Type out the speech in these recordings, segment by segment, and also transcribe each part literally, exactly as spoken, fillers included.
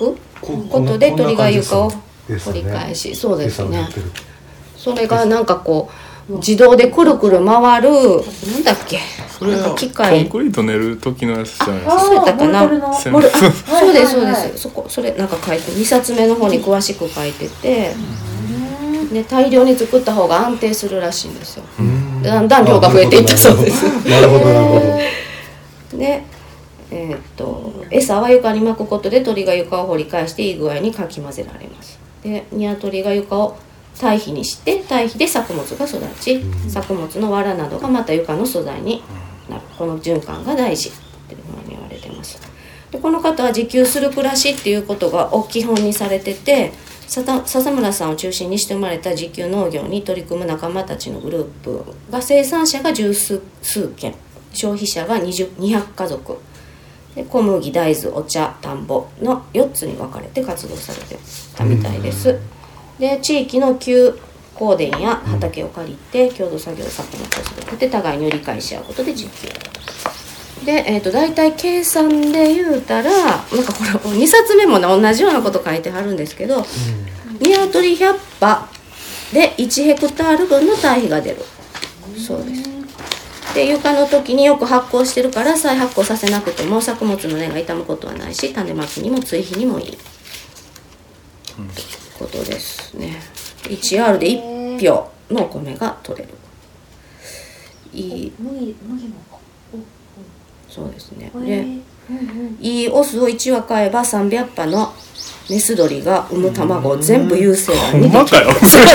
くことで鳥が床を掘り返し、そうですね。それがなんかこう自動でくるくる回るなんだっけ、 それは機械コンクリート練る時のやつじゃないですか。 そうやったかな。モルあそうですそうです、 はいはい、 そこそれなんか書いてにさつめの方に詳しく書いてて、で大量に作った方が安定するらしいんですよ。だんだん量が増えていったそうです。 なるほどなるほど。 で、えー、っと餌は床に巻くことで鳥が床を掘り返していい具合にかき混ぜられます。で鶏が床を堆肥にして堆肥で作物が育ち、うん、作物の藁などがまた床の素材になる、この循環が大事っていうふうに言われてます。でこの方は自給する暮らしっていうことがを基本にされてて、笹村さんを中心にして生まれた自給農業に取り組む仲間たちのグループが生産者が十数件、消費者がにひゃくかぞくで、小麦、大豆、お茶、田んぼのよっつに分かれて活動されてたみたいです。うんで地域の旧公田や畑を借りて共同作業作物を育てて互いに売り返し合うことで自給で、えー、と大体計算で言うたらなんかこれにさつめも、ね、同じようなこと書いてあるんですけど、うん、鶏ひゃっぱでいちヘクタール分の堆肥が出るそうです。で床の時によく発酵してるから再発酵させなくても作物の根が傷むことはないし、種まきにも追肥にもいい、うんことですね。 いちアール でいっぴょうのお米が取れる。いい麦麦もそうですね。で、いいオスをいちわ買えばさんびゃっぱのメス鳥が産む卵を全部有精卵にできる。ほんまかよ。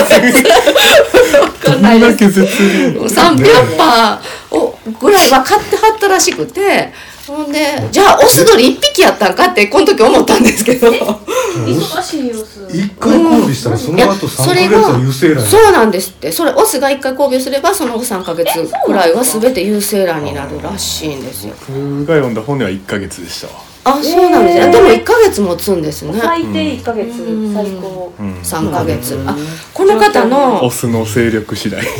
分かんないです。さんびゃっぱをぐらいは買ってはったらしくて、ほんでじゃあオス鳥いっぴきやったんかってこの時思ったんですけど、 忙しいオスいっかい交尾したらその後さんかげつは有精卵、 そうなんですって。それオスがいっかい交尾すればその後さんかげつくらいは全て有精卵になるらしいんですよ。 僕が読んだ本ではいっかげつでしたわ。 あ、そうなんですね。でもいっかげつ持つんですね。 最低いっかげつ、うん、最高、 うん、さんかげつ、うん、あ、この方のオスの勢力次第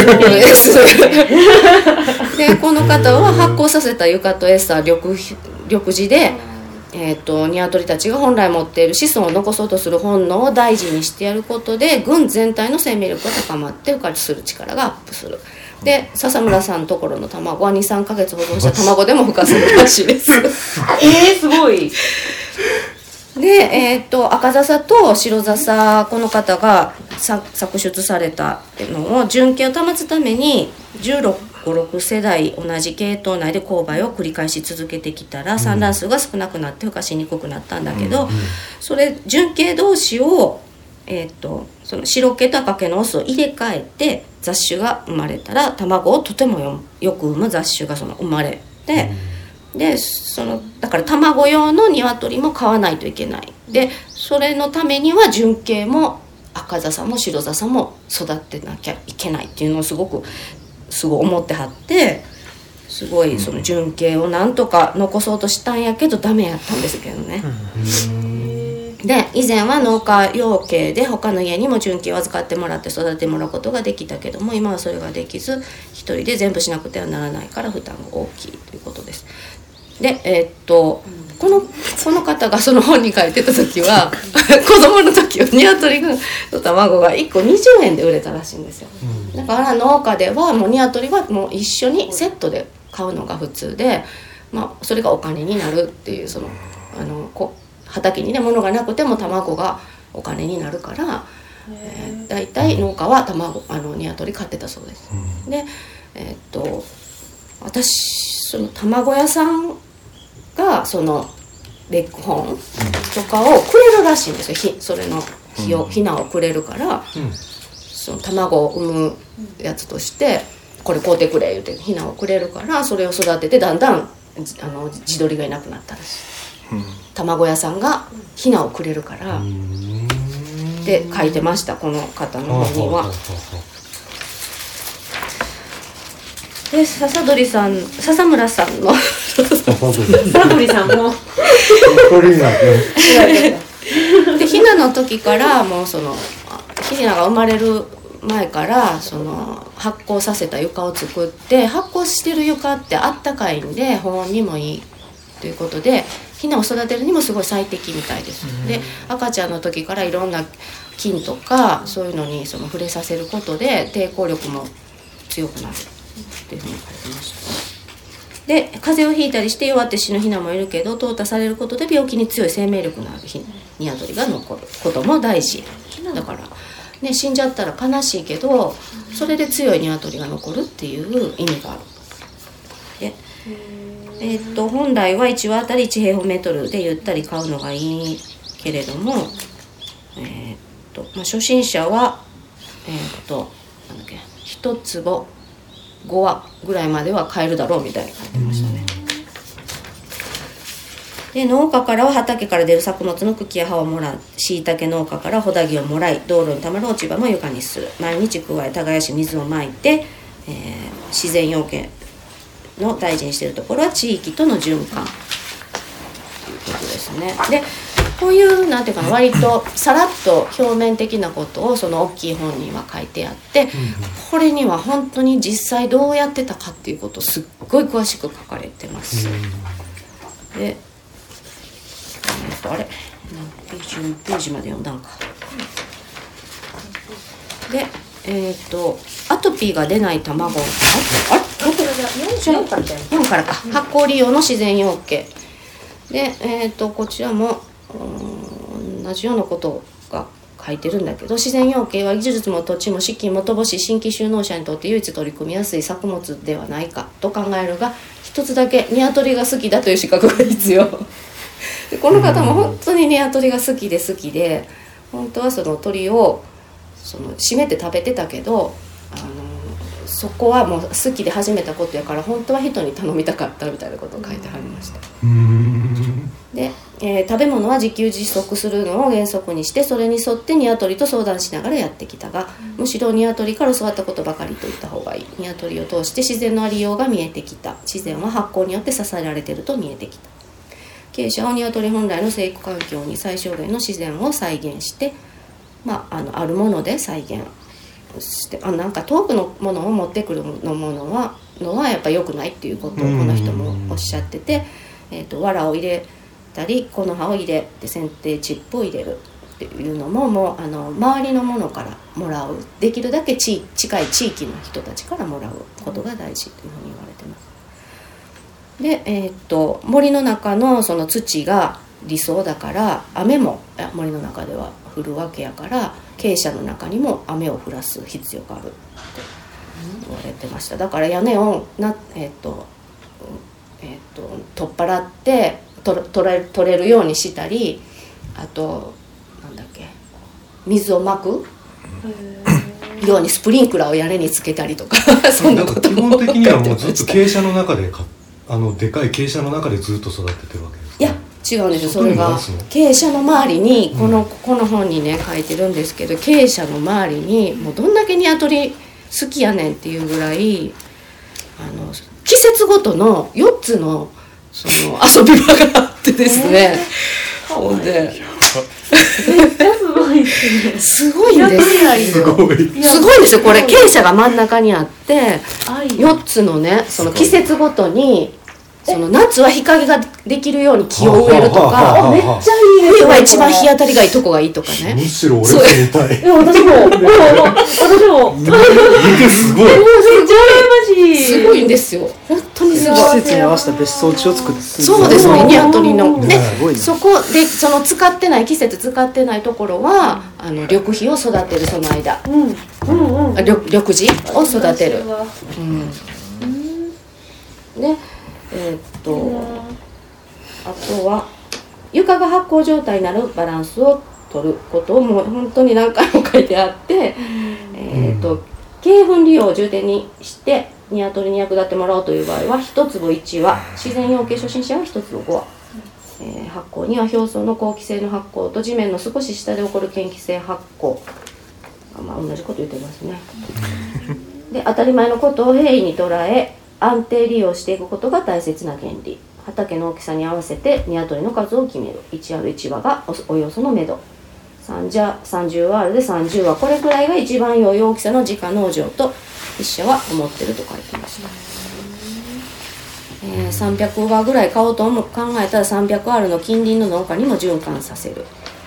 でこの方は発酵させた床と餌緑緑地で、えー、と鶏たちが本来持っている子孫を残そうとする本能を大事にしてやることで群全体の生命力が高まって孵化する力がアップする。で笹村さんのところの卵は にさんかげつ保存した卵でも孵化するらしいですえーすごい。 で、えー、と赤笹と白笹、この方が作出されたのを純系を保つためにじゅうろく、ろく世代同じ系統内で交配を繰り返し続けてきたら産卵数が少なくなって孵化しにくくなったんだけど、それ純系同士を、えー、とその白系と赤系のオスを入れ替えて雑種が生まれたら卵をとても よ, よく産む雑種がその生まれて、でそのだから卵用の鶏も買わないといけない。でそれのためには純系も赤笹も白笹も育てなきゃいけないっていうのをすごくすごい思ってはって、すごいその純系をなんとか残そうとしたんやけどダメやったんですけどね。で以前は農家養鶏で他の家にも純系を預かってもらって育ててもらうことができたけども、今はそれができず一人で全部しなくてはならないから負担が大きいということです。でえー、っとこのこの方がその本に書いてた時は子供の時は鶏の卵がいっこにじゅうえんで売れたらしいんですよ。だから農家ではもう鶏はもう一緒にセットで買うのが普通で、まあ、それがお金になるっていう、そのあのこ畑にね物がなくても卵がお金になるから、えー、だいたい農家は卵あの鶏買ってたそうです。でえー、っと私その卵屋さんがそのベックホーンとかをくれるらしいんですよ。ひそれのひを、ひなをくれるから、うん、その卵を産むやつとしてこれ買うてくれ言うてひなをくれるから、それを育ててだんだんあの地鶏がいなくなったらしい、うん、卵屋さんがひなをくれるからって書いてました、この方の本には。で笹鳥さん笹村さんの笹鳥さんもでひなの時からもうそのひなが生まれる前からその発酵させた床を作って、発酵してる床ってあったかいんで保温にもいいということでヒナを育てるにもすごい最適みたいです。で赤ちゃんの時からいろんな菌とかそういうのにその触れさせることで抵抗力も強くなるっていうふうに書いてました。で風邪をひいたりして弱って死ぬヒナもいるけど淘汰されることで病気に強い生命力のあるニワトリが残ることも大事だから、ね、死んじゃったら悲しいけどそれで強いニワトリが残るっていう意味がある。でえー、っと本来はいちわあたりいち平方メートルでゆったり飼うのがいいけれども、えーっとまあ、初心者は、えー、っとなんだっけいち坪ごわぐらいまでは飼えるだろうみたいに書いてましたね。で農家からは畑から出る作物の茎や葉をもらう、椎茸農家からホダギをもらい、道路にたまる落ち葉も床にする、毎日加え耕し水をまいて、えー、自然養鶏の大事にしているところは地域との循環ということですね。でこういうなんていうかな割とさらっと表面的なことをその大きい本には書いてあって、これには本当に実際どうやってたかっていうことをすっごい詳しく書かれてます。で、えっとあれじゅうページまで読んだんか。でえっとアトピーが出ない卵、あれどこよんからよんからか、発酵利用の自然養鶏で、えっとこちらも同じようなことが書いてるんだけど、自然養鶏は技術も土地も資金も乏しい新規就農者にとって唯一取り組みやすい作物ではないかと考えるが、一つだけニワトリが好きだという資格が必要でこの方も本当にニワトリが好きで好きで、本当はその鳥をその締めて食べてたけど、あのそこはもう好きで始めたことやから本当は人に頼みたかったみたいなことを書いてありました。で、えー、食べ物は自給自足するのを原則にして、それに沿ってニワトリと相談しながらやってきたが、むしろニワトリから教わったことばかりと言った方がいい。ニワトリを通して自然のありようが見えてきた。自然は発酵によって支えられていると見えてきた。経営者はニワトリ本来の生育環境に最小限の自然を再現して、まあ、あのあるもので再現して、あなんか遠くのものを持ってくるのものはのはやっぱ良くないっていうことをこの人もおっしゃってて、えーと、藁を入れたり木の葉を入れて剪定チップを入れるっていうのももうあの周りのものからもらう、できるだけ地近い地域の人たちからもらうことが大事というふうに言われてます。で、えーと、森の中のその土が理想だから雨も森の中では降るわけやから、傾斜の中にも雨を降らす必要があるって言われてました。だから屋根をな、えーとえー、と取っ払って取取れ、取れるようにしたり、あとなんだっけ水をまくようにスプリンクラーを屋根につけたりとかそんなことも基本的にはもうずっと傾斜の中でかあのでかい傾斜の中でずっと育ててるわけですか。 いや違うんですよ。それが傾斜の周りにこの、うん、この本にね書いてるんですけど、傾斜の周りにもうどんだけニワトリ好きやねんっていうぐらいあの季節ごとのよっつのその遊び場があってですね、ほんですごいですね。 すごいんですすごいすごいんですよ。これ傾斜が真ん中にあってよっつのねその季節ごとにその夏は日陰ができるように木を植えるとか、 めっちゃいいですね。 冬は一番日当たりがいいとこがいいとかね。 むしろ俺と見たい。 いや私も私も見てすごい。 めっちゃ羨ましい。 すごいんですよ。本当にすごい。 季節に合わせた別荘地を作って。 そうですね。ニワトリので、 ね、 そこでその使ってない季節使ってないところはあの緑肥を育てるその間、 うんうんうん、 緑緑地を育てる。うん。で。えー、っとあとは床が発酵状態になるバランスを取ることをもう本当に何回も書いてあって、えー、っと鶏粉利用を重点にしてニワトリに役立ってもらおうという場合は一粒いちわ、自然養鶏初心者は一粒ごわ、えー、発酵には表層の後期性の発酵と地面の少し下で起こる間期性発酵、まあ同じこと言ってますねで当たり前のことを平易に捉え安定利用していくことが大切な原理。畑の大きさに合わせてニワトリの数を決める。いちアールいちわが お, およその目処。さんじゅうアール でさんじゅうわ、これくらいが一番良い大きさの自家農場と筆者は思ってると書いてました。 えー、さんびゃくわぐらい買おうと思う考えたら さんびゃくアール の近隣の農家にも循環させる、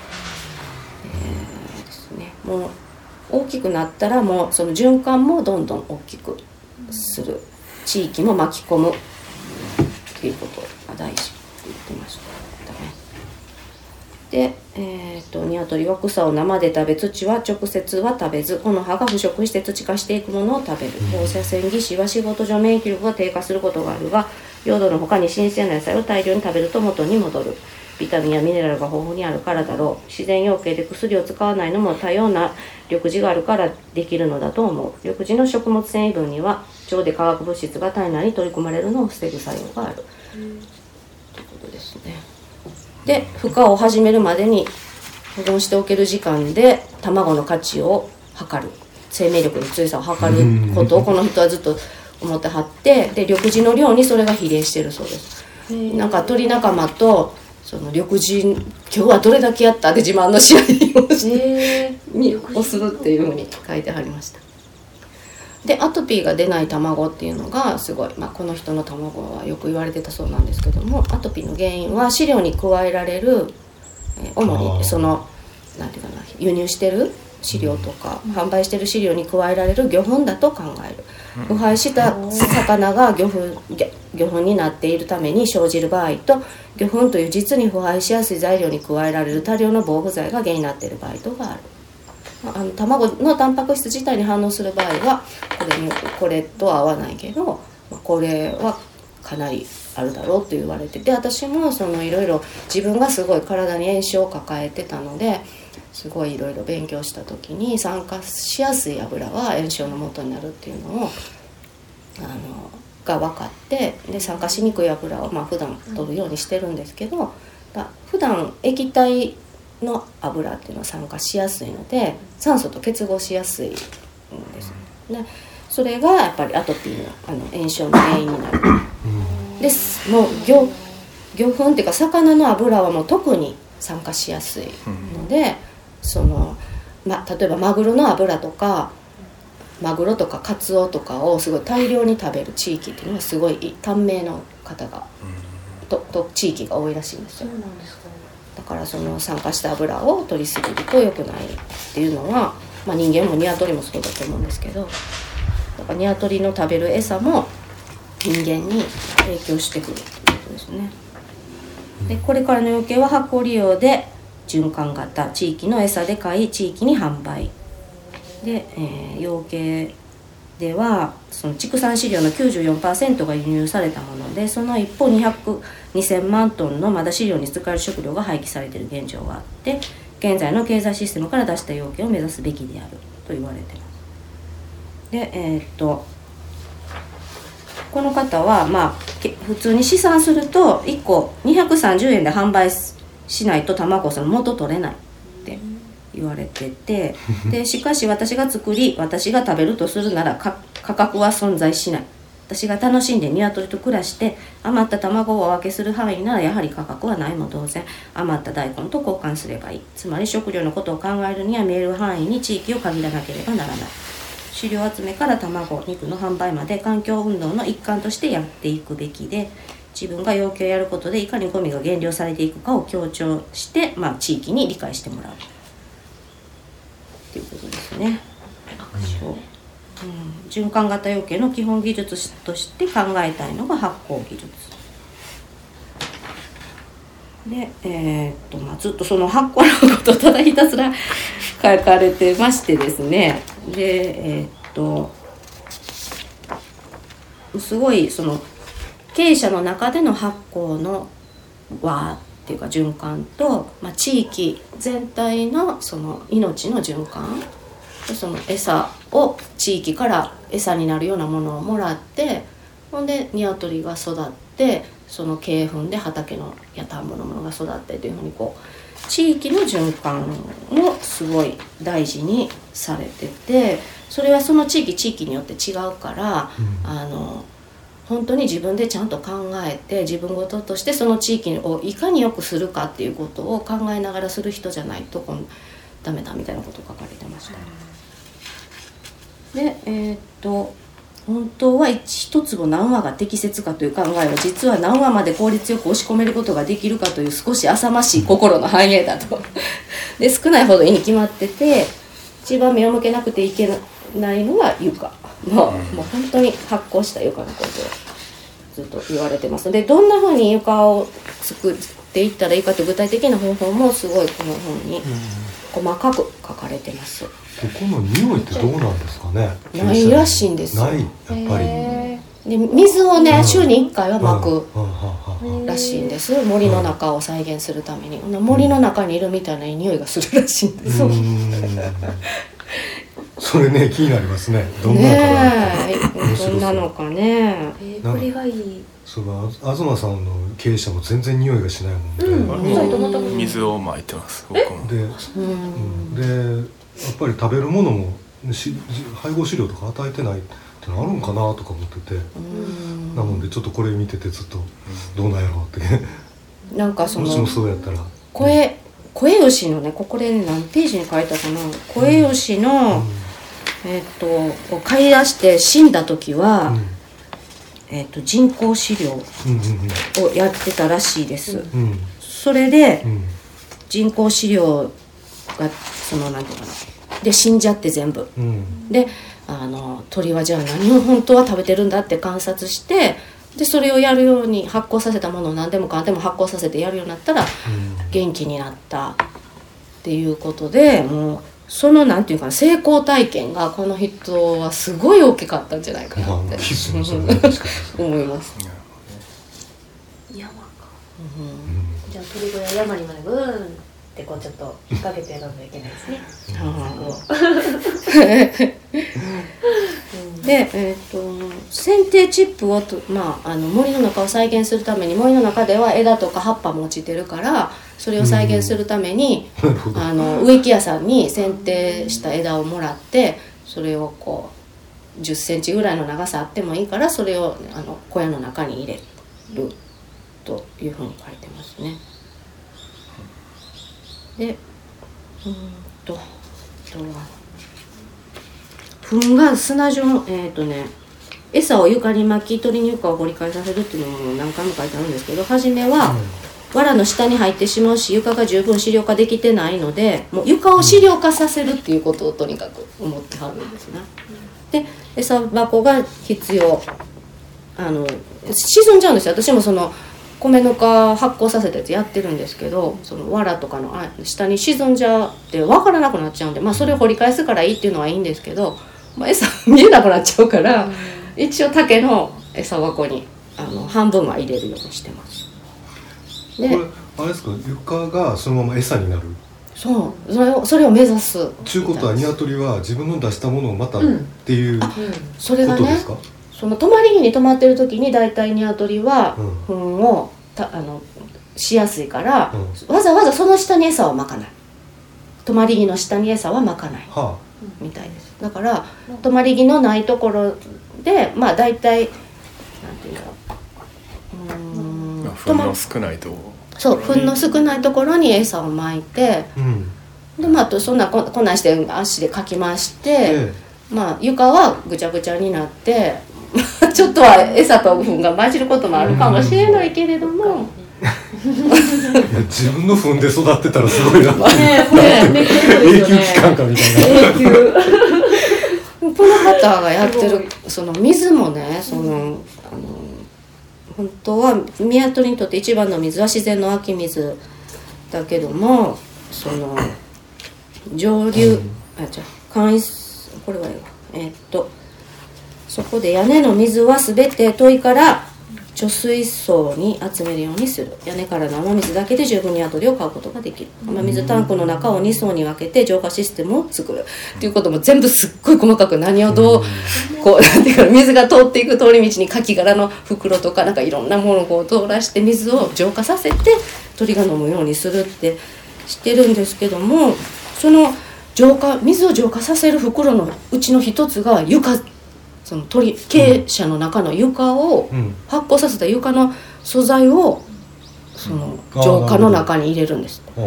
えーですね、もう大きくなったらもうその循環もどんどん大きくする、地域も巻き込むっていうことが大事って言ってましたね。で、えー、と鶏は草を生で食べ、土は直接は食べず、この葉が腐食して土化していくものを食べる。放射線技師は仕事上免疫力が低下することがあるが、用土の他に新鮮な野菜を大量に食べると元に戻る。ビタミンやミネラルが豊富にあるからだろう。自然養鶏で薬を使わないのも多様な緑地があるからできるのだと思う。緑地の食物繊維分には腸で化学物質が体内に取り込まれるのを防ぐ作用がある、うん、ということですね。で、孵化を始めるまでに保存しておける時間で卵の価値を測る、生命力の強さを測ることをこの人はずっと思ってはって、で緑地の量にそれが比例しているそうです。なんか鳥仲間とその緑地今日はどれだけやったって自慢の試合をしてにをするっていうふうに書いてありました。でアトピーが出ない卵っていうのがすごい、まあ、この人の卵はよく言われてたそうなんですけども、アトピーの原因は飼料に加えられる、えー、主にそのなんていうかな、輸入してる飼料とか、うん、販売してる飼料に加えられる魚粉だと考える。腐敗した魚が魚粉、魚粉になっているために生じる場合と、魚粉という実に腐敗しやすい材料に加えられる多量の防腐剤が原因になっている場合とかある。あの卵のタンパク質自体に反応する場合はこれにこれとは合わないけど、これはかなりあるだろうと言われてて、私もそのいろいろ自分がすごい体に炎症を抱えてたので、すごいいろいろ勉強した時に酸化しやすい油は炎症の元になるっていうのをあのが分かって、で酸化しにくい油をまあ普段取るようにしてるんですけど、だ普段液体の油っていうのは酸化しやすいので酸素と結合しやすいんですね。それがやっぱりアトピーの、あの炎症の原因になる。ですもう 魚, 魚粉っていうか魚の油はもう特に酸化しやすいので、その、ま、例えばマグロの油とかマグロとかカツオとかをすごい大量に食べる地域っていうのはすごい短命の方がとと地域が多いらしいんですよ。そうなんですか。だからその酸化した油を取りすぎると良くないっていうのは、まあ、人間もニワトリもそうだと思うんですけど、だからニワトリの食べる餌も人間に影響してくるっていうことですね。でこれからの養鶏は発酵利用で循環型、地域の餌で買い地域に販売で、えー、養鶏ではその畜産飼料の きゅうじゅうよんパーセント が輸入されたもので、その一方にひゃく、にせんまんトンのまだ飼料に使える食料が廃棄されている現状があって、現在の経済システムから出した養鶏を目指すべきであると言われています。で、えー、っとこの方は、まあ、普通に試算するといっこにひゃくさんじゅうえんで販売しないと卵その元取れないって言われてて、でしかし私が作り私が食べるとするなら価格は存在しない。私が楽しんで鶏と暮らして余った卵をお分けする範囲ならやはり価格はないも同然。余った大根と交換すればいい。つまり食料のことを考えるには見える範囲に地域を限らなければならない。飼料集めから卵、肉の販売まで環境運動の一環としてやっていくべきで、自分が要求をやることでいかにゴミが減量されていくかを強調して、まあ、地域に理解してもらうということですね。そう、うん、循環型養鶏の基本技術として考えたいのが発酵技術で、えーっとまあ、ずっとその発酵のことをただひたすら書かれてましてですね、で、えーっとすごいその経営者の中での発酵の輪っていうか循環と、まあ、地域全体のその命の循環、その餌を地域から餌になるようなものをもらって、ほんで鶏が育って、その鶏粉で畑のや田んぼのものが育ってというふうにこう地域の循環をすごい大事にされてて、それはその地域地域によって違うから、うん、あの本当に自分でちゃんと考えて自分事としてその地域をいかに良くするかっていうことを考えながらする人じゃないとこのダメだみたいなこと書かれてました。で、えー、っと本当は一坪何羽が適切かという考えは実は何羽まで効率よく押し込めることができるかという少し浅ましい心の繁栄だとで少ないほどいいに決まってて、一番目を向けなくていけないのは床、もう、もう本当に発酵した床のことをずっと言われてますので、どんなふうに床を作っていったらいいかという具体的な方法もすごいこの本に細かく書かれてます。 ここの匂いってどうなんですかね。 ないらしいんですよ。 ない、やっぱり。 で水をね、 うん、 週にいっかいは巻くうんらしいんです。森の中を再現するために、森の中にいるみたいな匂いがするらしいんです。 うんそれね、気になりますね。どんなのかな。 ねえ、どんなのかね。 えー、これがいい。 そうだ、東さんの経営者も全然匂いがしないもんで、 うんうん、水をまいてます僕も。 で、うんでやっぱり食べるものもし配合飼料とか与えてないってのあるんかなとか思ってて、うんなのでちょっとこれ見ててずっとどうなんやろうってなんかそのもしもそうやったら声声牛のね、ここで何ページに書いたかな、声牛の、うん、えっと飼い出して死んだ時は、うんえっと人工飼料をやってたらしいです、うんうん、それで、うん、人工飼料がそのなんていうかなで死んじゃって全部、うん、であの鳥はじゃあ何を本当は食べてるんだって観察して、でそれをやるように発酵させたものを何でもかんでも発酵させてやるようになったら、うん、元気になったっていうことで、もうそのなんていうかな成功体験がこの人はすごい大きかったんじゃないかなって思います。 山か、うん、じゃあ鳥小屋山にまでブーンってこうちょっと引っ掛けてやらないといけないですね。 で、えー、と剪定チップをと、まあ、あの森の中を再現するために、森の中では枝とか葉っぱも落ちてるから、それを再現するために、うん、あの植木屋さんに剪定した枝をもらって、それをこうじゅっセンチぐらいの長さあってもいいから、それをあの小屋の中に入れるというふうに書いてますね。で、うんと、と糞が砂状の、えっとね、餌を床に巻き、鳥に床を掘り返させるっていうのも何回も書いてあるんですけど、初めは、うん、藁の下に入ってしまうし、床が十分飼料化できてないので、もう床を飼料化させるっていうことをとにかく思ってはるんですね。で、餌箱が必要。あの沈んじゃうんですよ。私もその米ぬか発酵させたやつやってるんですけど、その藁とかの下に沈んじゃって分からなくなっちゃうんで、まあそれを掘り返すからいいっていうのはいいんですけど、まあ、餌見えなくなっちゃうから、うん、一応竹の餌箱にあの半分は入れるようにしてます。 で、これあれですか、床がそのまま餌になる。 そうそれをそれを目指すということは、鶏は自分の出したものをまたっていう、うん、 それがね、その泊まり木に泊まってる時に大体鶏は糞をたあのしやすいから、うん、わざわざその下に餌はまかない。泊まり木の下に餌はまかない、はあ、みたいです。だから泊まり木のないところで、まあ大体なんていうんだろう、うーん、 糞の少ないところ、 そう、糞の少ないところに餌をまいて、うん、でまあ、あとそんなここんなんして足でかき回して、ええ、まあ床はぐちゃぐちゃになってちょっとは餌と糞が混じることもあるかもしれないけれども、うん、いや自分の糞で育ってたらすごいな、ねね、 永久期間かみたいな。永久この方がやってるその水もね、その、あの本当は宮取にとって一番の水は自然の湧き水だけども、その上流、うん、あじゃ簡易これはえー、っとそこで屋根の水は全て遠いから貯水槽に集めるようにする。屋根からの雨水だけで十分に鶏を飼うことができる。雨水タンクの中をに層に分けて浄化システムを作るっていうことも全部すっごい細かく、何をどうこうなんていうか、水が通っていく通り道にカキ殻の袋とかなんかいろんなものをこう通らして水を浄化させて鳥が飲むようにするってしてるんですけども、その浄化水を浄化させる袋のうちの一つが床、その鳥鶏舎の中の床を、うん、発酵させた床の素材をその浄化の中に入れるんですって。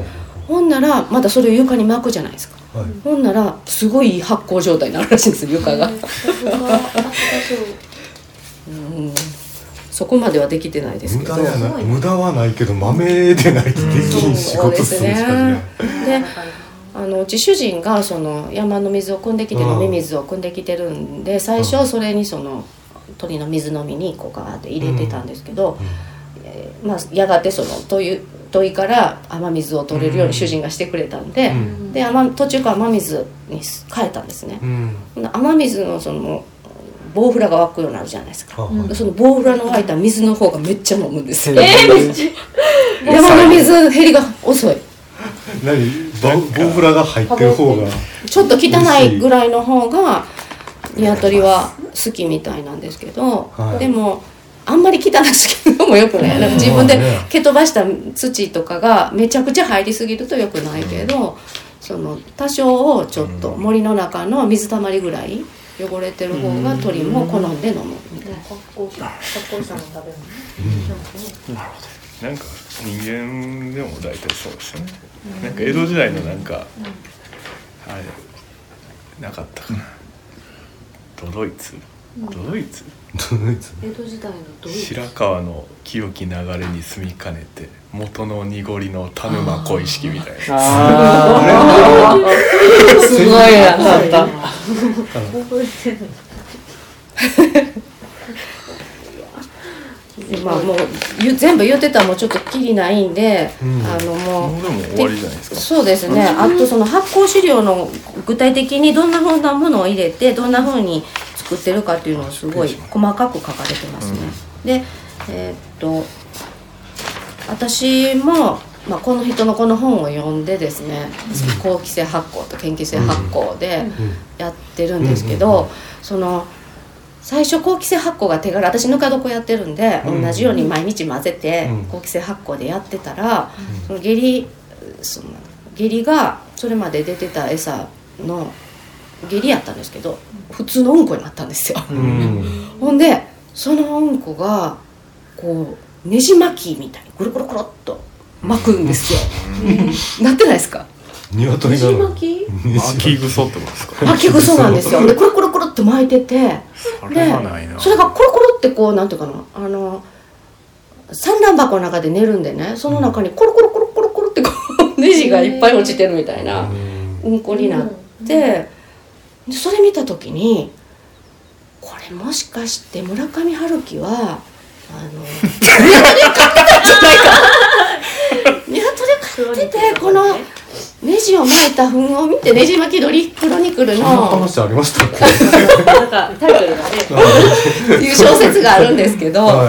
ほんならまたそれを床に巻くじゃないですか。 はい、 ほんならすごい発酵状態になるらしいんですよ、床が。うんそこまではできてないですけど。 無駄やな無駄はないけど豆でないとできん仕事するしかね。 であのうち主人がその山の水を汲んできて飲み水を汲んできてるんで、最初それにその鳥の水飲みにこうガーって入れてたんですけど、うんえーまあ、やがてその問い問いから雨水を取れるように主人がしてくれたんで、うん、で雨途中から雨水に変えたんですね、うん、雨水のそのボウフラが湧くようになるじゃないですか、うん、そのボウフラの湧いた水の方がめっちゃ飲むんですよ、えー、山の水減りが遅い。 何ボウフラが入ってる方がちょっと汚いぐらいの方が鶏は好きみたいなんですけど、はい、でもあんまり汚すぎるのもよくない。なんか自分で蹴飛ばした土とかがめちゃくちゃ入りすぎるとよくないけど、その多少をちょっと森の中の水たまりぐらい汚れてる方が鳥も好んで飲むみたいな。 発酵した発酵したの食べるの、 なるほど。なんか人間でも大体そうですよね。なんか江戸時代のなんかあれなかったかな。都ドイツ都ドイツ江戸時代のドイツ白川の清き流れに住みかねて元の濁りの田沼小意識みたいな。 あすごいなだった覚えてるまあもう全部言ってたらもうちょっとキリないんで、うん、あのもうもうでも終わりじゃないですか。 そうですね。あとその発酵飼料の具体的にどんなふうなものを入れてどんなふうに作ってるかっていうのをすごい細かく書かれてますね、うん、でえー、っと私も、まあ、この人のこの本を読んでですね、うん、好気性発酵と嫌気性発酵でやってるんですけど、うんうん、その最初好気性発酵が手軽、私ぬか床やってるんで、うん、同じように毎日混ぜて好気性発酵でやってたら、うん、その下痢その下痢がそれまで出てた餌の下痢やったんですけど普通のうんこになったんですよ、うん、ほんでそのうんこがこうねじ巻きみたいにくるくるくるっと巻くんですよ、うん、なってないですか？ 鶏が巻き巻きぐそってことですか？ 巻きぐそなんですよ。でくるくるくるって巻いててそれはないな。 でそれがコロコロってこうなんていうかなあの産卵箱の中で寝るんでね、その中にコロコロコロコロコロってこうネジがいっぱい落ちてるみたいなうんこになって、でそれ見た時にこれもしかして村上春樹はあの鶏飼ってたんじゃないか鶏飼っててこのネジを巻いた糞を見てネジ巻き鳥クロニクルの話ありましたっけ？ なんかタイトルがねいう小説があるんですけど、はい、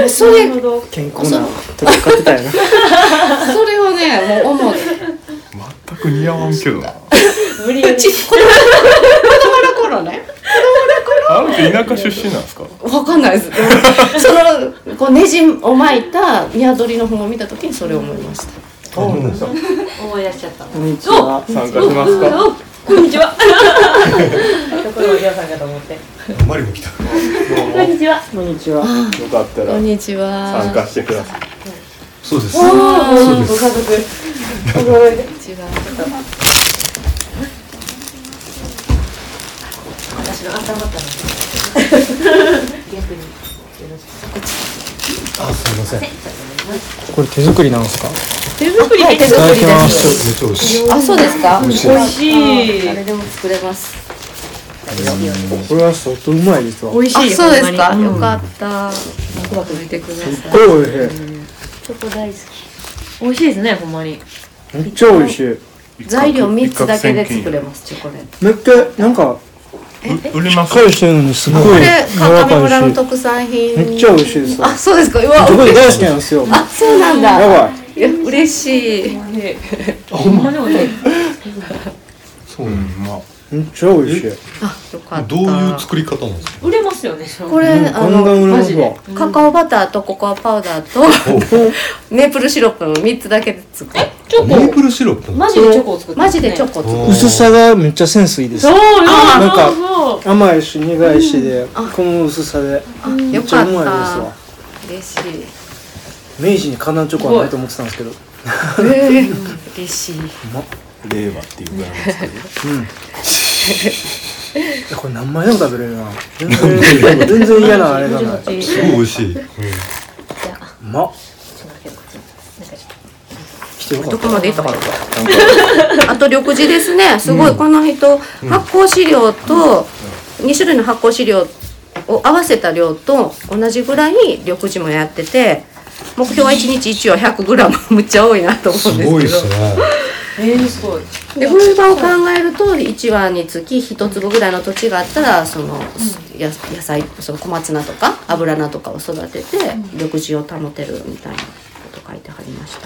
それ健康な鳥飼ってたよなそれをねもう思う全く似合わんけどな無理やり子供の頃ねあのって田舎出身なんですか？ わかんないですそのこうネジを巻いた鶏の糞を見た時にそれを思いました。 思い出しちゃった。 こんにちは。 参加しますか？ こんにちは。ところお嬢さんかと思って。 マリも来た。 こんにちは。 こんにちは。 よかったらこんにちは。 参加してください。 そうです。 そうです。ご家族。 こんにちは。 私の頭ったので。逆に。 あ、すみません。 これ手作りなんですか？ 手作りで手作りです。 めっちゃ美味しい。 あ、そうですか。 美味しい。 美味しい。 誰でも作れます。 これは相当うまいですわ。 美味しい。 あ、そうですか。よかった。食べてください。 すっごい美味しい。 チョコ大好き。美味しいですね、ほんまに。 めっちゃ美味しい。 材料三つだけで作れます。チョコレート。 めっちゃなんか売れます。 しっかりしてるのにすごいこれ柔ら川上かいし。 村の特産品。 めっちゃ美味しいですわ。 あ、そうですか。うわ、 チョコレート大好きなんですよ。 あ、そうなんだ。 やばい。 いや、嬉しい。 ほんまに美味しい。 そう、まあめっちゃ美味しい。 あ、よかった。 どういう作り方なんですか？ 売れますよね。 これ、あガンガン売れのますわ。 カカオバターとココアパウダーとメープルシロップの三つだけで作る。 チョコ。 メープルシロップ。 マジでチョコを作ってマジでチョコ作る。 薄さがめっちゃセンスいいです。 そうよ。 なんかそう甘いし苦いしでこの薄さでめっちゃうまいですわ。 嬉しい。 明治にカナンチョコはないと思ってたんですけどえー、嬉しい。 令和っていうぐらいなんですけどうんこれ何枚でも食べれるな。全然全然嫌なあれがない。 すごい美味しい、うん、 じゃあうまっ。 ちょっと待ってこっちなんかちょっ来てよかった。 どこまでいったかな。あと緑地ですね。すごい、この人、発酵飼料とに種類の発酵飼料を合わせた量と同じぐらい緑地もやってて、目標はいちにちいちわ ひゃくグラム むっちゃ多いなと思うんですけど。 すごいですね。 とえー、すごいで冬場を考えるといちわにつきいち粒ぐらいの土地があったらその、うん、や野菜その小松菜とか油菜とかを育てて緑地を保てるみたいなこと書いてはりました。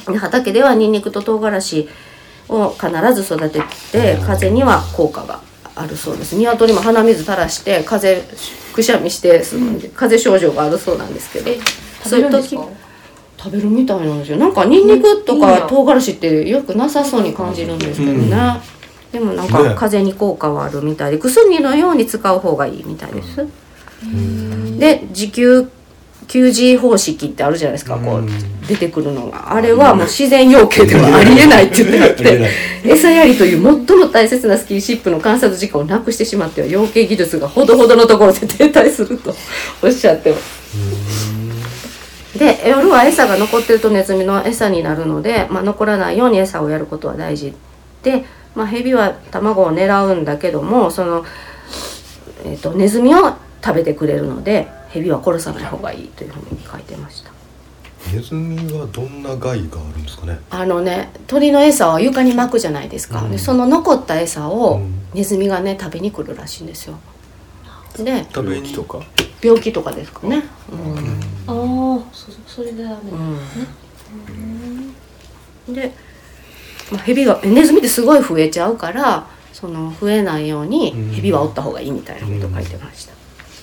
で畑ではニンニクと唐辛子を必ず育てて風邪には効果があるそうです。鶏も鼻水垂らして風邪くしゃみしてその風邪症状があるそうなんですけど、 食べるんですか？ 食べるみたいなんですよ。なんかニンニクとか唐辛子ってよくなさそうに感じるんですけどね、うん、でもなんか風邪に効果はあるみたいで薬のように使う方がいいみたいです、うん、で自給給餌方式ってあるじゃないですか、こう出てくるのがあれはもう自然養鶏ではありえないって言ってあって餌やりという最も大切なスキンシップの観察時間をなくしてしまっては養鶏技術がほどほどのところで停滞するとおっしゃってます。で夜は餌が残ってるとネズミの餌になるので、まあ、残らないように餌をやることは大事で、まあ、ヘビは卵を狙うんだけどもその、えーと、ネズミを食べてくれるのでヘビは殺さない方がいいというふうに書いてました。 ネズミはどんな害があるんですかね。 あのね鳥の餌を床に巻くじゃないですか、うん、でその残った餌をネズミがね食べに来るらしいんですよ。で病気とか病気とかですかね、うん、 ああ そ, それでダメなんですね、 うん、で、まあ、ヘビがネズミってすごい増えちゃうからその増えないようにヘビはおった方がいいみたいなことを書いてました。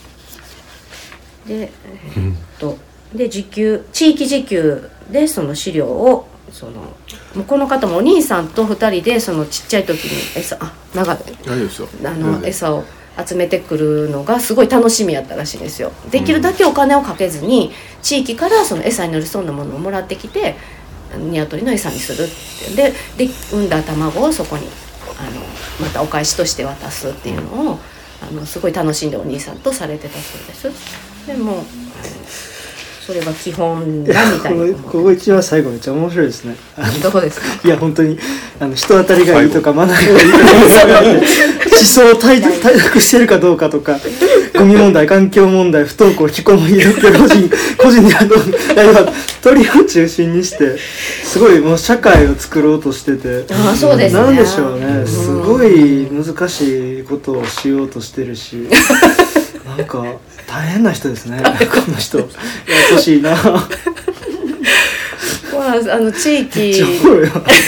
で、えー、っとで自給地域自給でその飼料をそのもうこの方もお兄さんとふたりでそのちっちゃい時に餌あ長いあの餌を集めてくるのがすごい楽しみやったらしいですよ。できるだけお金をかけずに地域からその餌になりそうなものをもらってきて鶏の餌にするってでで産んだ卵をそこにあのまたお返しとして渡すっていうのをあのすごい楽しんでお兄さんとされてたそうです。でもそれが基本だみたいな。 ここ一番最後めっちゃ面白いですね。 どこですか？ いや本当にあの人当たりがいいとかマナーがいいとか思想を対策してるかどうかとかゴミ問題環境問題不登校引きこもり個人個人にあの鳥を中心にしてすごいもう社会を作ろうとしててあそうですねなんでしょうねすごい難しいことをしようとしてるしなんか大変な人ですねこの人ややこしいなまああの地域そうよ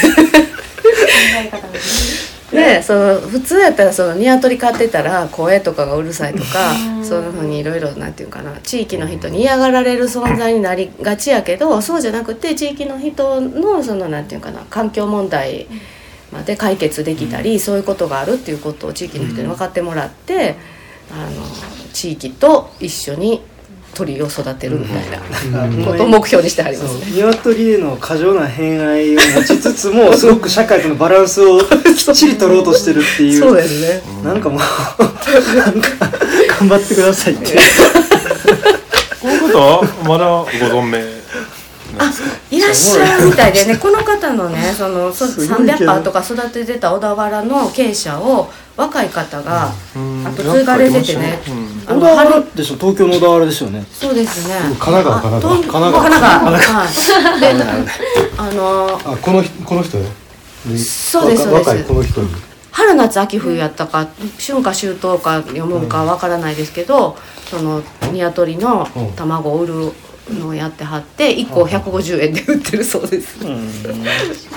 ね、その普通やったらその鶏飼ってたら声とかがうるさいとかそういうふうにいろいろなんていうかな地域の人に嫌がられる存在になりがちやけどそうじゃなくて地域の人のそのなんていうかな環境問題まで解決できたりそういうことがあるっていうことを地域の人に分かってもらってあの地域と一緒に鳥を育てるみたいなことを目標にしてはりますね。 鶏への過剰な偏愛を持ちつつもすごく社会とのバランスをきっちり取ろうとしてるっていうそうですね。 なんかもうなんか頑張ってくださいってこの方はまだご存命あいらっしゃるみたいでねこの方のねそのさんびゃくパーとか育ててた小田原の鶏舎を若い方があと継がれててね小田原でしょ東京の小田原ですよねそうですね神奈川神奈川神奈川はいであのあこのこの人ねそうですそうです若いこの人に春夏秋冬やったか春夏秋冬か読むんかわからないですけどその鶏の卵を売るのをやってはっていっこひゃくごじゅうえんで売ってるそうです。うん食べてみ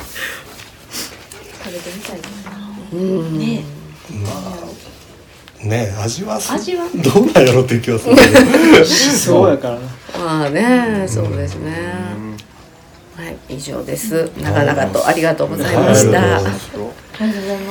たいな。 うんねえ。ねえ味は味はどうなんやろっていう気がするけど。 そうやからな。 まあねそうですね。はい以上です。長々とありがとうございました。 ありがとうございます。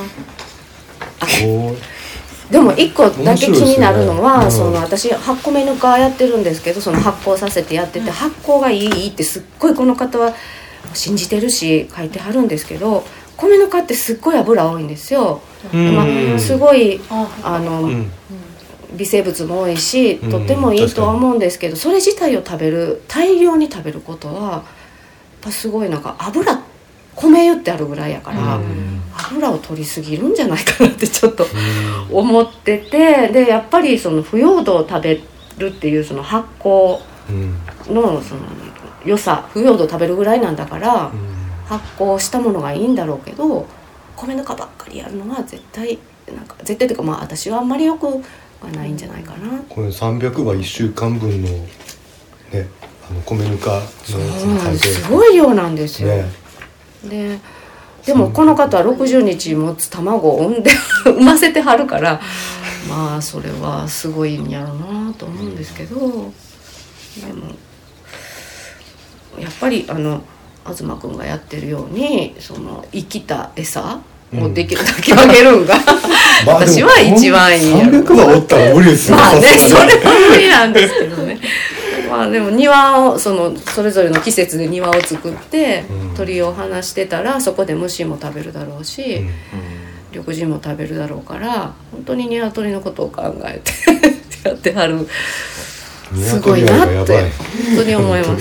でも一個だけ気になるのは、ね、その私発酵メヌカやってるんですけどその発酵させてやってて発酵がいいってすっごいこの方は信じてるし書いてはるんですけど、米ぬかってすっごい油多いんですよ。まあ、すごいあの、うん、微生物も多いしとってもいいとは思うんですけど、それ自体を食べる大量に食べることはやっぱすごいなんか油米油ってあるぐらいやから、うん、油を取りすぎるんじゃないかなってちょっと思ってて、でやっぱりその腐葉土を食べるっていうその発酵のその良さ、腐葉土を食べるぐらいなんだから、うん、発酵したものがいいんだろうけど、米ぬかばっかりやるのは絶対なんか絶対というか、まあ私はあんまりよくはないんじゃないかな。 これさんびゃくはいっしゅうかんぶんのね、あの米ぬかのやつに書いて、 すごい量なんですよ、ね、ででもこの方はろくじゅうにち持つ卵を産んで産ませてはるから、まあそれはすごいんやろうなと思うんですけど、でもやっぱりあの東くんがやってるようにその生きた餌をできるだけあげるんが、うん、私は一番いいんやろ。 さんびゃくはおったら無理ですよ。 まあね、それは無理なんですけどね。まあでも庭をそのそれぞれの季節で庭を作って鳥を放してたら、そこで虫も食べるだろうし、うん、緑地も食べるだろうから、本当に鶏のことを考えてやってはる、すごいなって本当に思います。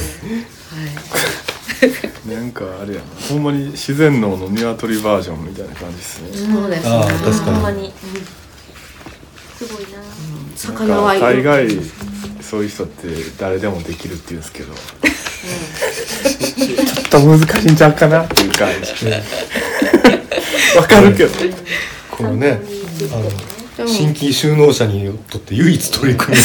はい、 なんかあれやな、ほんまに自然農の鶏バージョンみたいな感じですね。 そうですね。 あ、確かに。 ほんまに、うん、すごいな。 うん、魚は大概そういう人って誰でもできるって言うんですけど、うん、ちょっと難しいんちゃうかなっていう感じ。わかるけど。 このね、あの新規就農者にとって唯一取り組み。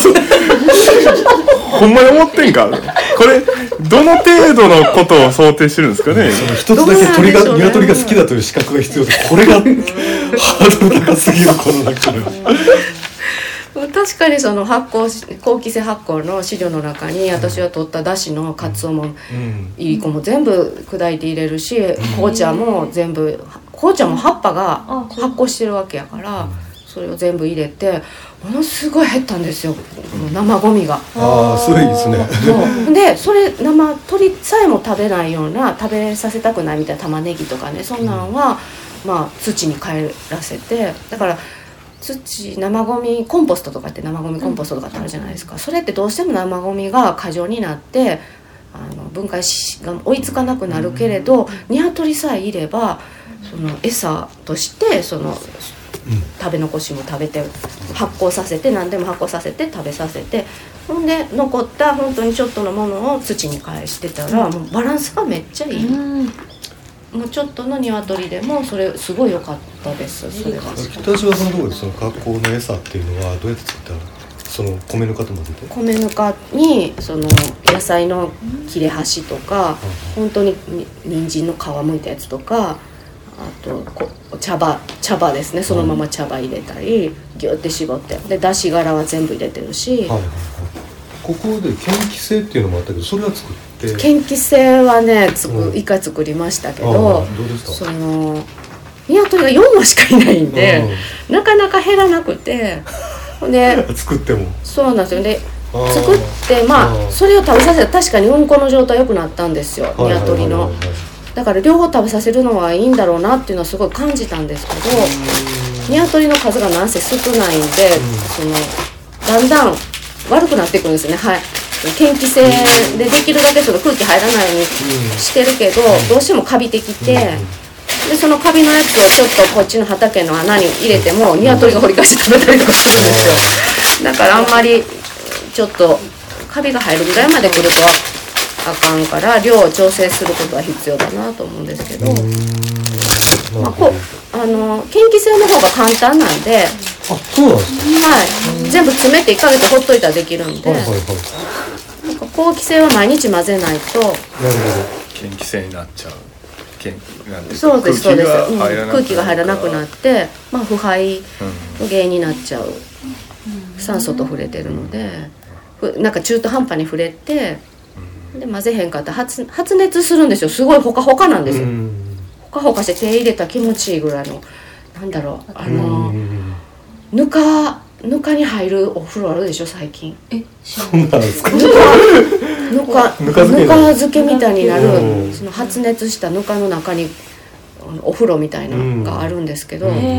ほんまに思ってんか。これどの程度のことを想定してるんですかね。 一つだけ鳥が、ね、鶏が好きだという資格が必要で、これがハードル高すぎるこの中で。 確かにその発酵好気性発酵の飼料の中に私は取っただしのカツオもいりこも全部砕いて入れるし、紅茶も全部、紅茶も葉っぱが発酵してるわけやから、それを全部入れてものすごい減ったんですよ、生ゴミが。 ああ、それいいですね。 そうで、それ生鳥さえも食べないような、食べさせたくないみたいな玉ねぎとかね、そんなんは、まあ、土に帰らせて、だから土、生ゴミコンポストとかって生ゴミコンポストとかってあるじゃないですか。それってどうしても生ゴミが過剰になってあの分解が追いつかなくなるけれど、鶏さえいればその餌としてその食べ残しも食べて発酵させて、何でも発酵させて食べさせて、ほんで残った本当にちょっとのものを土に返してたら、もうバランスがめっちゃいい。もうちょっとの鶏でもそれすごい良かったです。それは北島さんのところでその加工の餌っていうのはどうやって作ったの？その米ぬかと混ぜて、 米ぬかにその野菜の切れ端とか、うん、本当に人参の皮むいたやつとか、あとこ茶葉茶葉ですね、そのまま茶葉入れたり、うん、ギュッて絞って、でだし殻は全部入れてるし、はいはいはい、 ここで嫌気性っていうのもあったけど、それは作って嫌気性はねつく、うん、いっかい作りましたけど、 どうですか？ その鶏がよんわしかいないんで、うん、なかなか減らなくて、で作ってもそうなんですよ。で作ってまあそれを食べさせたら確かにうんこの状態良くなったんですよ、鶏の。だから両方食べさせるのはいいんだろうなっていうのはすごい感じたんですけど、鶏の数がなんせ少ないんで、うん、そのだんだん悪くなっていくんですね。はい、嫌気性でできるだけその空気入らないようにしてるけど、うん、どうしてもカビてきて、うん、でそのカビのやつをちょっとこっちの畑の穴に入れても鶏が掘り返して食べたりとかするんですよ。だからあんまりちょっとカビが入るぐらいまで来るとあかんから、量を調整することは必要だなと思うんですけど、まあ、こうあの嫌気性の方が簡単なんで、 あ、そうなんですか。 はい、全部詰めていっかげつほっといたらできるんで、はいはいはい、なんか好気性は毎日混ぜないと。なるほど。 嫌気性になっちゃう。なんでそうですそうです、うん、空気が入らなくなって、まあ、腐敗の原因になっちゃう、うん、酸素と触れてるので、なんか中途半端に触れて、で混ぜへんかったら 発, 発熱するんですよ。すごいほかほかなんですよ。ほかほかして手入れたら気持ちいいぐらいの、なんだろう、あのぬかぬかに入るお風呂あるでしょ最近。 え知らそんなんですか。 ぬかぬかぬか漬けぬか漬けみたいになうんるその発熱したぬかの中にあのお風呂みたいなのがあるんですけど、 うん